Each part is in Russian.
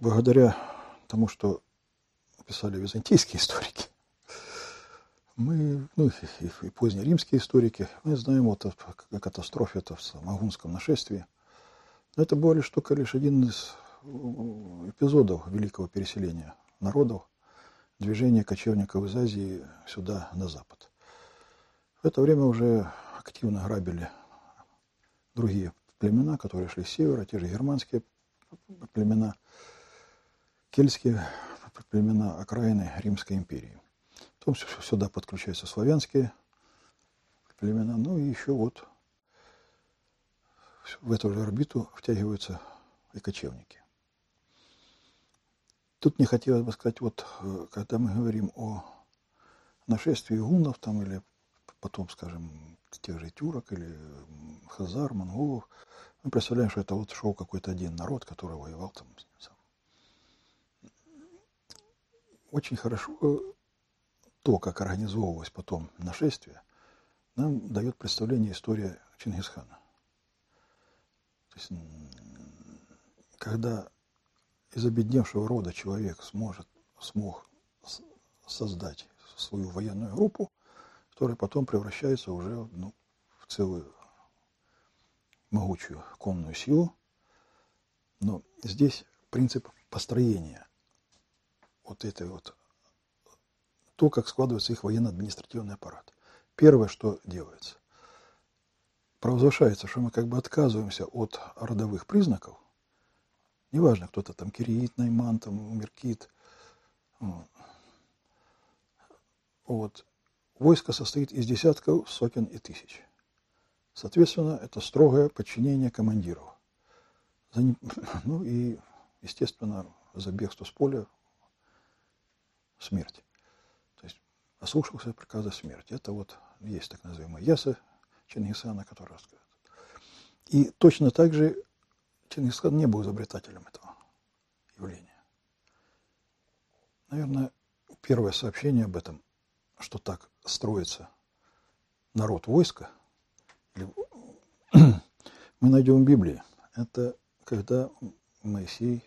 благодаря тому, что писали византийские историки, мы, и поздние римские историки, мы знаем вот о катастрофе в Магунском нашествии. Но это был только лишь один из эпизодов великого переселения народов, движения кочевников из Азии сюда, на запад. В это время уже активно грабили другие племена, которые шли с севера, те же германские племена, кельтские племена окраины Римской империи. Потом сюда подключаются славянские племена, ну и еще вот в эту же орбиту втягиваются и кочевники. Тут мне хотелось бы сказать, вот когда мы говорим о нашествии гуннов там, или потом, скажем, тех же тюрок или хазар, монголов, мы представляем, что это вот шел какой-то один народ, который воевал там. Очень хорошо то, как организовывалось потом нашествие, нам дает представление история Чингисхана. То есть, когда из обедневшего рода человек смог создать свою военную группу, которая потом превращается уже в целую могучую конную силу. Но здесь принцип построения вот этой вот, то, как складывается их военно-административный аппарат. Первое, что делается, провозглашается, что мы как бы отказываемся от родовых признаков. Неважно, кто-то там кириит, найман, там меркит. Вот. Войско состоит из десятков, сотен и тысяч. Соответственно, это строгое подчинение командиров. Ну и, естественно, за бегство с поля смерть. То есть ослушался приказа смерти. Это вот есть так называемая яса Чингисхана, который рассказывает. И точно так же Чингисхан не был изобретателем этого явления. Наверное, первое сообщение об этом, что так строится народ войска, мы найдем в Библии. Это когда Моисей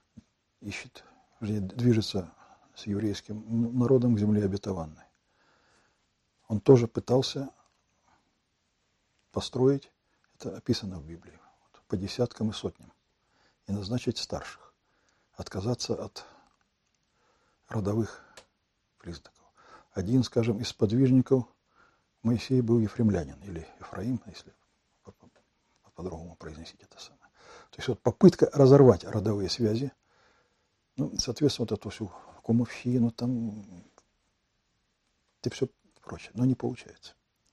движется с еврейским народом к земле обетованной. Он тоже пытался построить, это описано в Библии, по десяткам и сотням, и назначить старших, отказаться от родовых признаков. Один, скажем, из сподвижников Моисея был ефремлянин, или Ефраим, если по-другому произносить это самое. То есть вот попытка разорвать родовые связи, соответственно, вот эту всю кумовщину, там, и все прочее, но не получается.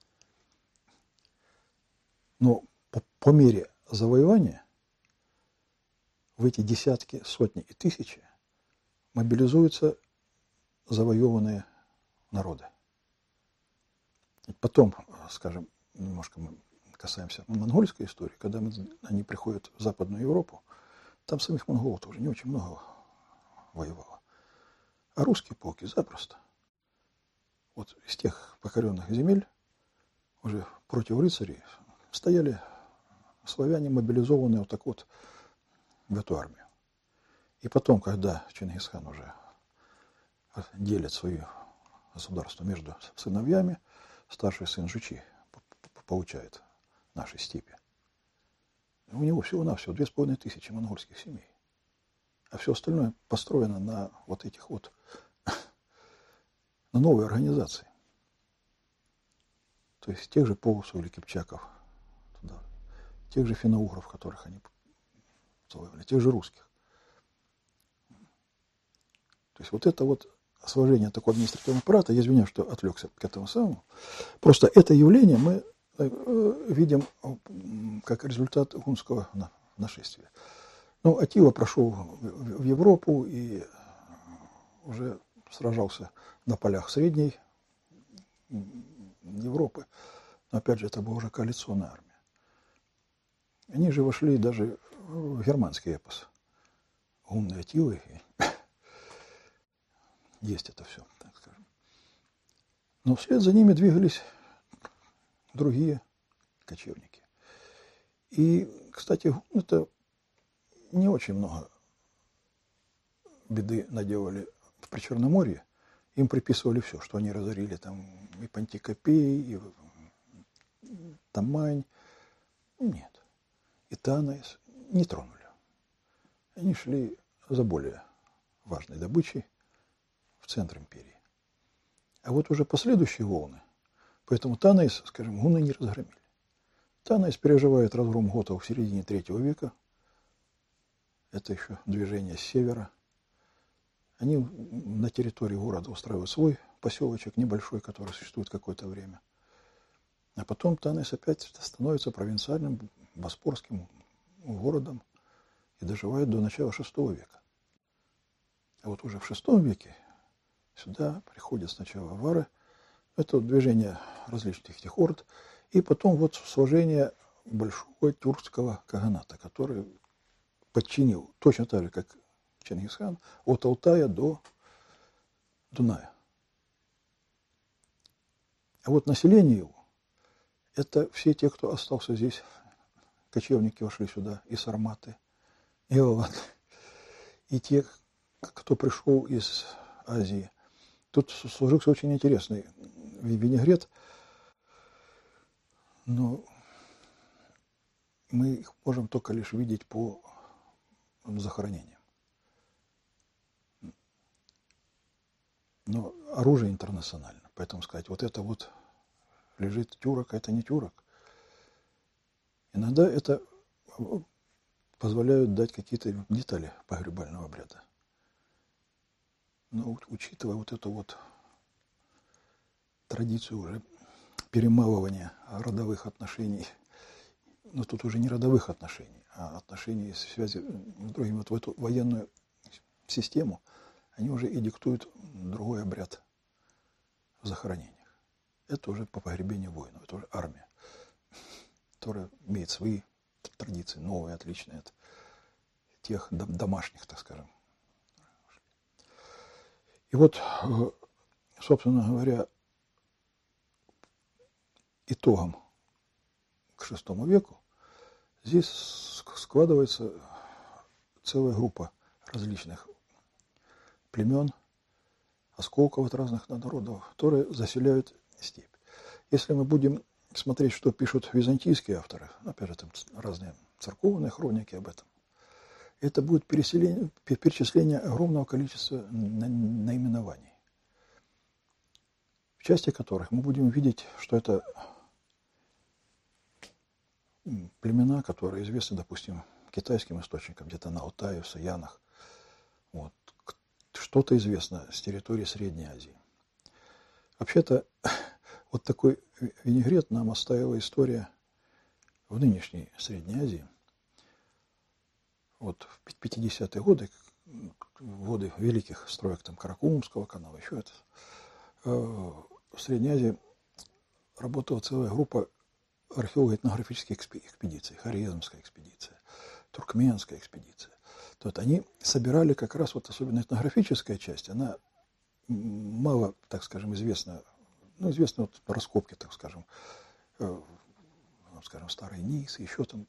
Но по мере завоевания в эти десятки, сотни и тысячи мобилизуются завоеванные народы. И потом, скажем, немножко мы касаемся монгольской истории, когда они приходят в Западную Европу, там самих монголов тоже не очень много воевало. А русские полки запросто. Вот из тех покоренных земель уже против рыцарей стояли славяне, мобилизованные вот так вот в эту армию. И потом, когда Чингисхан уже делит свое государство между сыновьями, старший сын Жучи получает нашей степи. У него всего-навсего 2500 монгольских семей. А все остальное построено на вот этих вот, на новой организации. То есть тех же полусов или кипчаков, туда, тех же финно-угров, которых они завоевали, тех же русских. То есть вот это вот сложение такого административного аппарата, я извиняюсь, что отвлекся к этому самому, просто это явление мы видим как результат гунского нашествия. Ну, Аттила прошел в Европу и уже сражался на полях Средней Европы. Но опять же, это была уже коалиционная армия. Они же вошли даже в германский эпос. Гунны и Аттилы. Есть это все, так скажем. Но вслед за ними двигались другие кочевники. И, кстати, это не очень много беды наделали в Причерноморье, им приписывали все, что они разорили там и Пантикопей, и Тамань. Нет. И Танаис не тронули. Они шли за более важной добычей в центр империи. А вот уже последующие волны, поэтому Танаис, скажем, гунны не разгромили. Танаис переживает разгром готов в середине III века. Это еще движение с севера. Они на территории города устраивают свой поселочек небольшой, который существует какое-то время. А потом Танаис опять становится провинциальным боспорским городом и доживает до начала VI века. А вот уже в VI веке сюда приходят сначала авары, это движение различных этих орд, и потом вот сложение большого тюркского каганата, который подчинил, точно так же, как Чингисхан, от Алтая до Дуная. А вот население его, это все те, кто остался здесь, кочевники вошли сюда, и сарматы, и алаты, и те, кто пришел из Азии. Тут сложился очень интересный винегрет, но мы их можем только лишь видеть по захоронениям. Но оружие интернационально, поэтому сказать, вот это вот лежит тюрок, а это не тюрок. Иногда это позволяют дать какие-то детали погребального обряда. Но учитывая вот эту вот традицию уже перемалывания родовых отношений, но тут уже не родовых отношений, а отношений в связи с другими, вот в эту военную систему, они уже и диктуют другой обряд в захоронениях. Это уже по погребению воинов, это уже армия, которая имеет свои традиции, новые, отличные от тех домашних, так скажем. И вот, собственно говоря, итогом к VI веку здесь складывается целая группа различных племен, осколков от разных народов, которые заселяют степь. Если мы будем смотреть, что пишут византийские авторы, опять же, там разные церковные хроники об этом, это будет перечисление огромного количества наименований, в части которых мы будем видеть, что это племена, которые известны, допустим, китайским источникам, где-то на Алтае, в Саянах. Вот. Что-то известно с территории Средней Азии. Вообще-то, вот такой винегрет нам оставила история в нынешней Средней Азии. Вот в 50-е годы, годы великих строек там Каракумского канала, еще это, в Средней Азии работала целая группа археолого-этнографических экспедиций, Хорезмская экспедиция, Туркменская экспедиция. То есть они собирали как раз, вот особенно этнографическая часть, она мало, так скажем, известна, ну, известны вот раскопки, так скажем, старый Низ, еще там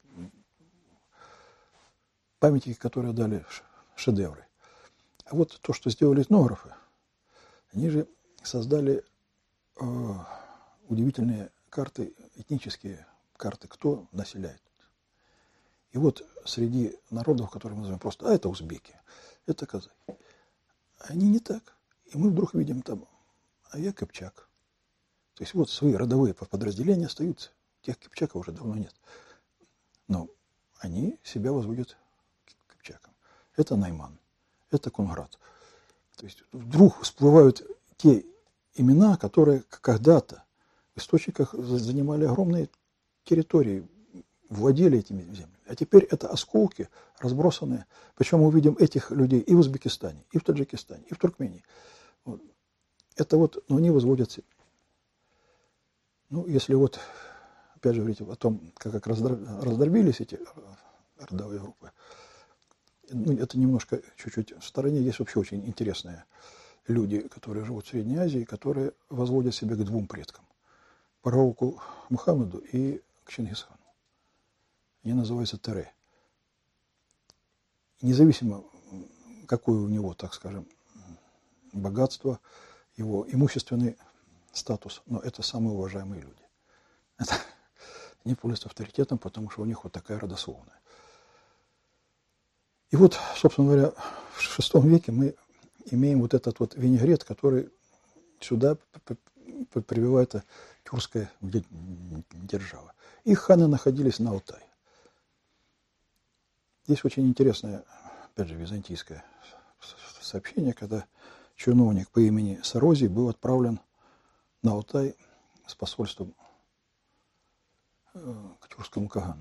памятники, которые дали шедевры. А вот то, что сделали этнографы, они же создали удивительные карты, этнические карты, кто населяет. И вот среди народов, которые мы называем просто, это узбеки, это казахи, они не так. И мы вдруг видим там, а я Кыпчак. То есть вот свои родовые подразделения остаются. Тех Кыпчаков уже давно нет. Но они себя возводят Кыпчаком. Это Найман, это Кунград. То есть вдруг всплывают те имена, которые когда-то в источниках занимали огромные территории, владели этими землями. А теперь это осколки разбросанные. Причем мы видим этих людей и в Узбекистане, и в Таджикистане, и в Туркмении. Вот. Это вот, но они возводят. Ну, если вот, опять же, говорить о том, как раздробились эти родовые группы, ну, это немножко, чуть-чуть в стороне. Есть вообще очень интересные люди, которые живут в Средней Азии, которые возводят себя к двум предкам. Пророку Мухаммаду и к Чингисхану. Они называются Тере. Независимо, какое у него, так скажем, богатство, его имущественный статус, но это самые уважаемые люди. Это не пользуются авторитетом, потому что у них вот такая родословная. И вот, собственно говоря, в VI веке мы имеем вот этот вот винегрет, который сюда прививает тюркская держава. Их ханы находились на Алтае. Есть очень интересное, опять же, византийское сообщение, когда чиновник по имени Сарозий был отправлен на Алтай с посольством к тюркскому кагану.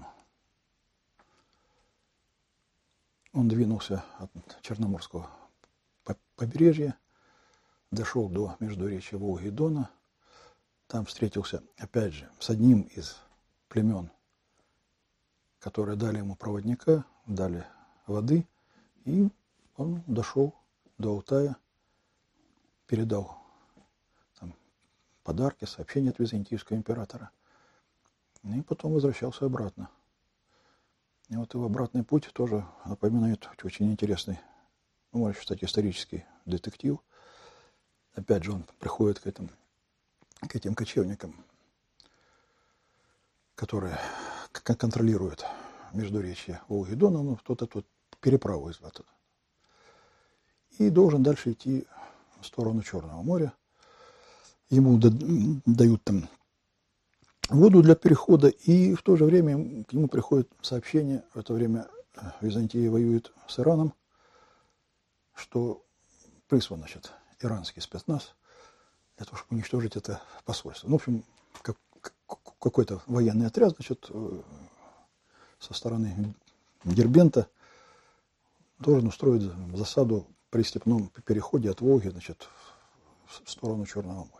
Он двинулся от Черноморского побережья, дошел до междуречья Волги и Дона, там встретился, опять же, с одним из племен, которые дали ему проводника, дали воды, и он дошел до Алтая, передал там подарки, сообщения от византийского императора, и потом возвращался обратно. И вот его обратный путь тоже напоминает очень интересный, ну, можно считать, исторический детектив. Опять же, он приходит к этим кочевникам, которые контролируют междуречье Волги и Дона, ну, кто-то тут переправу из оттуда. И должен дальше идти в сторону Черного моря. Ему дают там воду для перехода, и в то же время к нему приходит сообщение, в это время Византия воюет с Ираном, что прислан, значит, иранский спецназ для того, чтобы уничтожить это посольство. Ну, в общем, какой-то военный отряд, значит, со стороны Дербента должен устроить засаду при степном переходе от Волги, значит, в сторону Черного моря.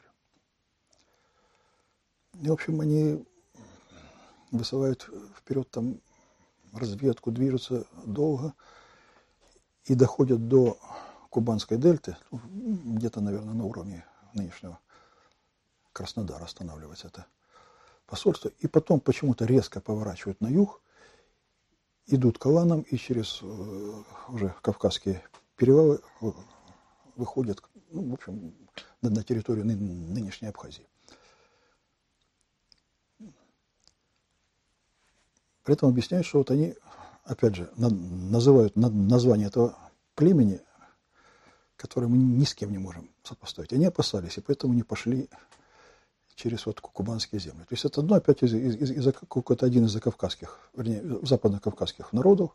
И, в общем, они высылают вперед там разведку, движутся долго и доходят до Кубанской дельты, ну, где-то, наверное, на уровне нынешнего Краснодара останавливается это посольство, и потом почему-то резко поворачивают на юг, идут коланном и через уже Кавказские перевалы выходят, ну, в общем, на территорию нынешней Абхазии. При этом объясняют, что вот они, опять же, называют название этого племени, которое мы ни с кем не можем сопоставить. Они опасались, и поэтому не пошли через вот кубанские земли. То есть это одно, опять, какой-то один из закавказских, вернее, западно-кавказских народов,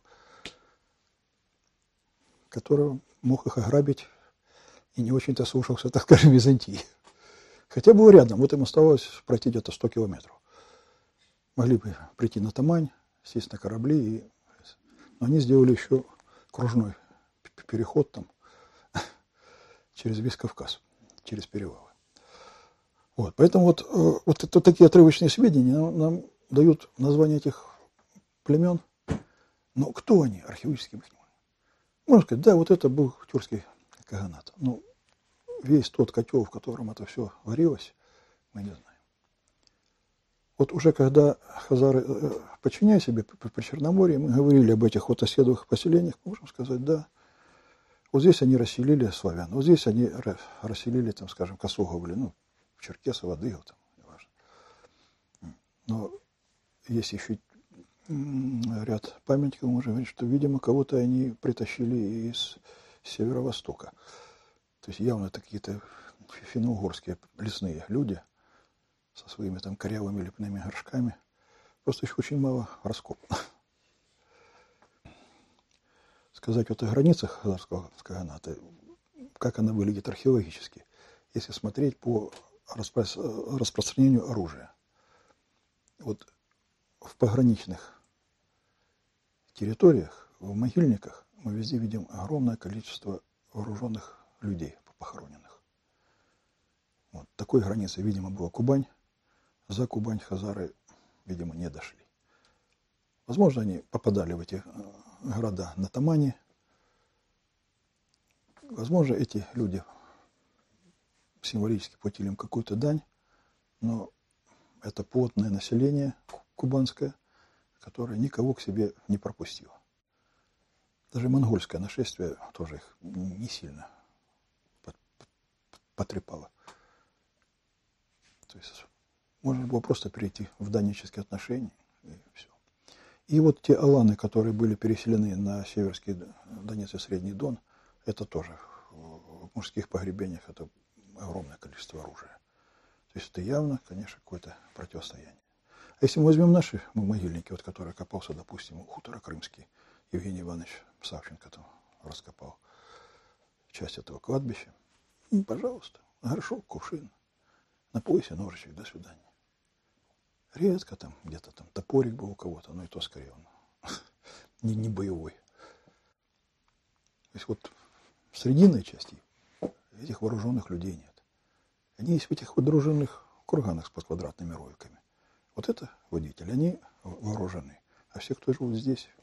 который мог их ограбить и не очень-то слушался, так скажем, Византии. Хотя было рядом, вот им оставалось пройти где-то 100 километров. Могли бы прийти на Тамань, сесть на корабли, но они сделали еще кружной переход там через весь Кавказ, через перевалы. Вот, поэтому вот это такие отрывочные сведения нам дают название этих племен. Но кто они, археологически их не можем. Можно сказать, да, вот это был тюркский каганат. Но весь тот котел, в котором это все варилось, мы не знаем. Вот уже когда хазары, подчиняя себе при Черноморье, мы говорили об этих вот оседлых поселениях, можем сказать, да, вот здесь они расселили славян, вот здесь они расселили, там, скажем, косоговли, ну, черкесов, адыгов, там, неважно. Но есть еще ряд памятников, можно говорить, что, видимо, кого-то они притащили из северо-востока. То есть явно это какие-то финно-угорские лесные люди со своими там корявыми лепными горшками. Просто еще очень мало раскопано. Сказать вот о границах хазарского каганата, как она выглядит археологически, если смотреть по распространению оружия. Вот в пограничных территориях, в могильниках мы везде видим огромное количество вооруженных людей похороненных. Вот такой границей, видимо, была Кубань. За Кубань хазары, видимо, не дошли. Возможно, они попадали в эти города на Тамане. Возможно, эти люди символически платили им какую-то дань, но это плотное население кубанское, которое никого к себе не пропустило. Даже монгольское нашествие тоже их не сильно потрепало. То есть можно было просто перейти в данические отношения, и все. И вот те аланы, которые были переселены на Северский Донец и Средний Дон, это тоже в мужских погребениях это огромное количество оружия. То есть это явно, конечно, какое-то противостояние. А если мы возьмем наши могильники, вот, который копался, допустим, у хутора Крымский, Евгений Иванович Савченко там раскопал часть этого кладбища, и, пожалуйста, горшок, кувшин, на поясе ножичек, до свидания. Редко там где-то там топорик был у кого-то, но и то скорее он не боевой. То есть вот в срединной части этих вооруженных людей нет. Они есть в этих вот дружинных курганах под квадратными роликами. Вот это водители, они вооружены. А все, кто живут здесь,